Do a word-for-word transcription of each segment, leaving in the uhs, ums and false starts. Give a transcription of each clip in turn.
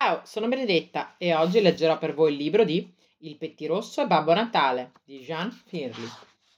Ciao, sono Benedetta e oggi leggerò per voi il libro di Il pettirosso e Babbo Natale di Jean Firli.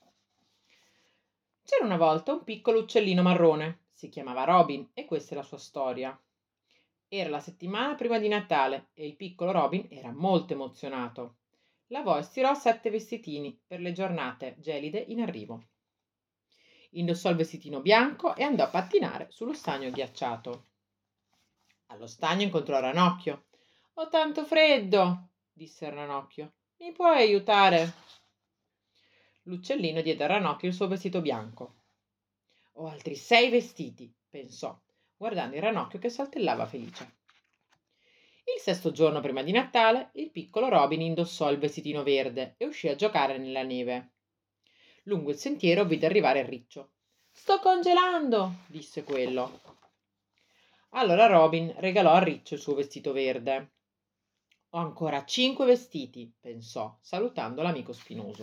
C'era una volta un piccolo uccellino marrone, si chiamava Robin e questa è la sua storia. Era la settimana prima di Natale e il piccolo Robin era molto emozionato. Lavò e stirò sette vestitini per le giornate gelide in arrivo. Indossò il vestitino bianco e andò a pattinare sullo stagno ghiacciato. Allo stagno incontrò Ranocchio. «Ho tanto freddo», disse il Ranocchio. «Mi puoi aiutare?» L'uccellino diede a Ranocchio il suo vestito bianco. «Ho altri sei vestiti», pensò, guardando il Ranocchio che saltellava felice. Il sesto giorno prima di Natale, il piccolo Robin indossò il vestitino verde e uscì a giocare nella neve. Lungo il sentiero vide arrivare il riccio. «Sto congelando», disse quello. Allora Robin regalò a Riccio il suo vestito verde. «Ho ancora cinque vestiti», pensò, salutando l'amico spinoso.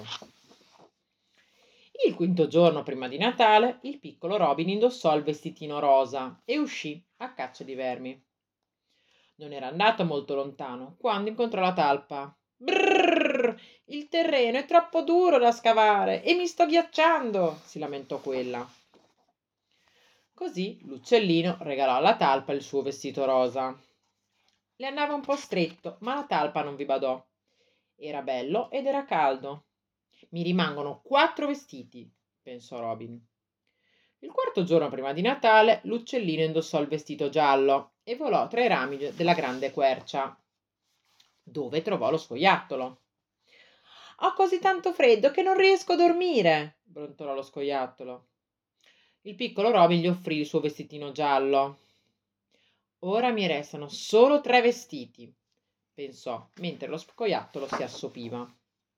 Il quinto giorno prima di Natale, il piccolo Robin indossò il vestitino rosa e uscì a caccia di vermi. Non era andato molto lontano quando incontrò la talpa. «Brrr! Il terreno è troppo duro da scavare e mi sto ghiacciando!» si lamentò quella. Così l'uccellino regalò alla talpa il suo vestito rosa. Le andava un po' stretto, ma la talpa non vi badò. Era bello ed era caldo. «Mi rimangono quattro vestiti», pensò Robin. Il quarto giorno prima di Natale, l'uccellino indossò il vestito giallo e volò tra i rami della grande quercia, dove trovò lo scoiattolo. «Ho così tanto freddo che non riesco a dormire», brontolò lo scoiattolo. Il piccolo Robin gli offrì il suo vestitino giallo. «Ora mi restano solo tre vestiti», pensò, mentre lo scoiattolo si assopiva.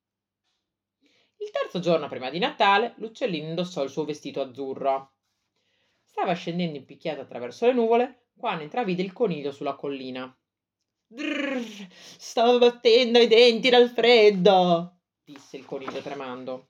Il terzo giorno prima di Natale, l'uccellino indossò il suo vestito azzurro. Stava scendendo in picchiata attraverso le nuvole quando intravide il coniglio sulla collina. «Drrr, sto battendo i denti dal freddo», disse il coniglio tremando.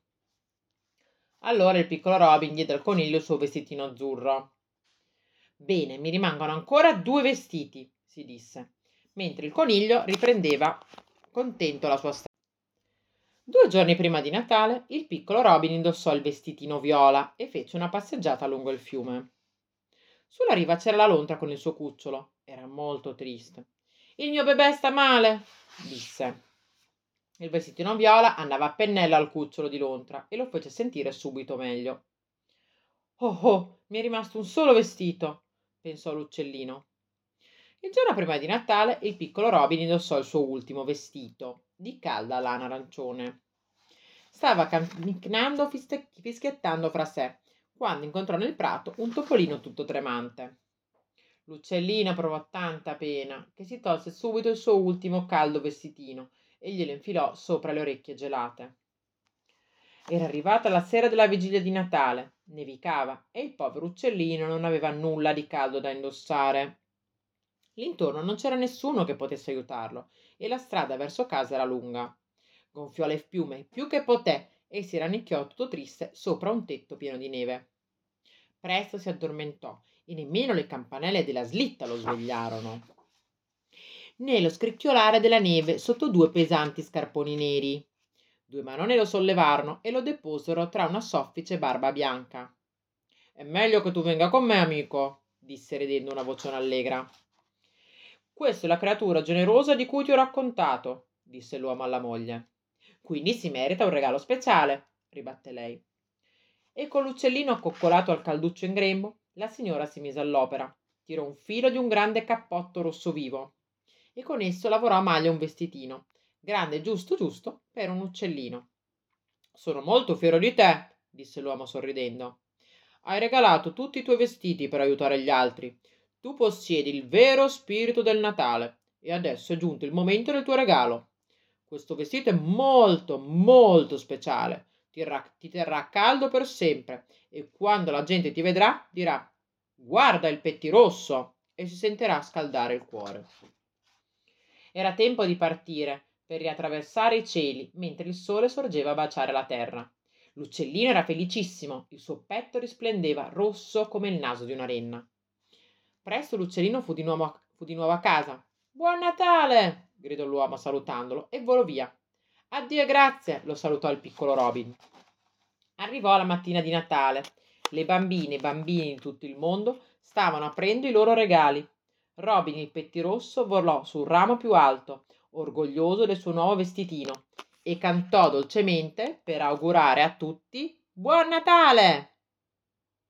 Allora il piccolo Robin diede al coniglio il suo vestitino azzurro. «Bene, mi rimangono ancora due vestiti», si disse, mentre il coniglio riprendeva contento la sua strada. Due giorni prima di Natale, il piccolo Robin indossò il vestitino viola e fece una passeggiata lungo il fiume. Sulla riva c'era la lontra con il suo cucciolo. Era molto triste. «Il mio bebè sta male», disse. Il vestitino viola andava a pennello al cucciolo di lontra e lo fece sentire subito meglio. «Oh oh, mi è rimasto un solo vestito», pensò l'uccellino. Il giorno prima di Natale, il piccolo Robin indossò il suo ultimo vestito, di calda lana arancione. Stava camminando fischiettando fra sé, quando incontrò nel prato un topolino tutto tremante. L'uccellino provò tanta pena che si tolse subito il suo ultimo caldo vestitino e glielo infilò sopra le orecchie gelate. Era arrivata la sera della vigilia di Natale, nevicava e il povero uccellino non aveva nulla di caldo da indossare. L'intorno non c'era nessuno che potesse aiutarlo e la strada verso casa era lunga. Gonfiò le piume più che poté e si rannicchiò tutto triste sopra un tetto pieno di neve. Presto si addormentò e nemmeno le campanelle della slitta lo svegliarono, né lo scricchiolare della neve sotto due pesanti scarponi neri. Due manone lo sollevarono e lo deposero tra una soffice barba bianca. «È meglio che tu venga con me, amico», disse ridendo una vociona allegra. «Questa è la creatura generosa di cui ti ho raccontato», disse l'uomo alla moglie. «Quindi si merita un regalo speciale», ribatte lei. E con l'uccellino accoccolato al calduccio in grembo, la signora si mise all'opera, tirò un filo di un grande cappotto rosso vivo e con esso lavorò a maglia un vestitino, grande giusto giusto per un uccellino. «Sono molto fiero di te», disse l'uomo sorridendo. «Hai regalato tutti i tuoi vestiti per aiutare gli altri. Tu possiedi il vero spirito del Natale e adesso è giunto il momento del tuo regalo. Questo vestito è molto, molto speciale. Ti, ra- ti terrà caldo per sempre e quando la gente ti vedrà dirà: guarda il pettirosso, e si sentirà scaldare il cuore». Era tempo di partire per riattraversare i cieli mentre il sole sorgeva a baciare la terra. L'uccellino era felicissimo, il suo petto risplendeva rosso come il naso di una renna. Presto l'uccellino fu di nuovo a, fu di nuovo a casa. Buon Natale! Gridò l'uomo salutandolo e volò via. Addio e grazie, lo salutò il piccolo Robin. Arrivò la mattina di Natale. Le bambine e i bambini di tutto il mondo stavano aprendo i loro regali. Robin il pettirosso volò sul ramo più alto, orgoglioso del suo nuovo vestitino, e cantò dolcemente per augurare a tutti Buon Natale!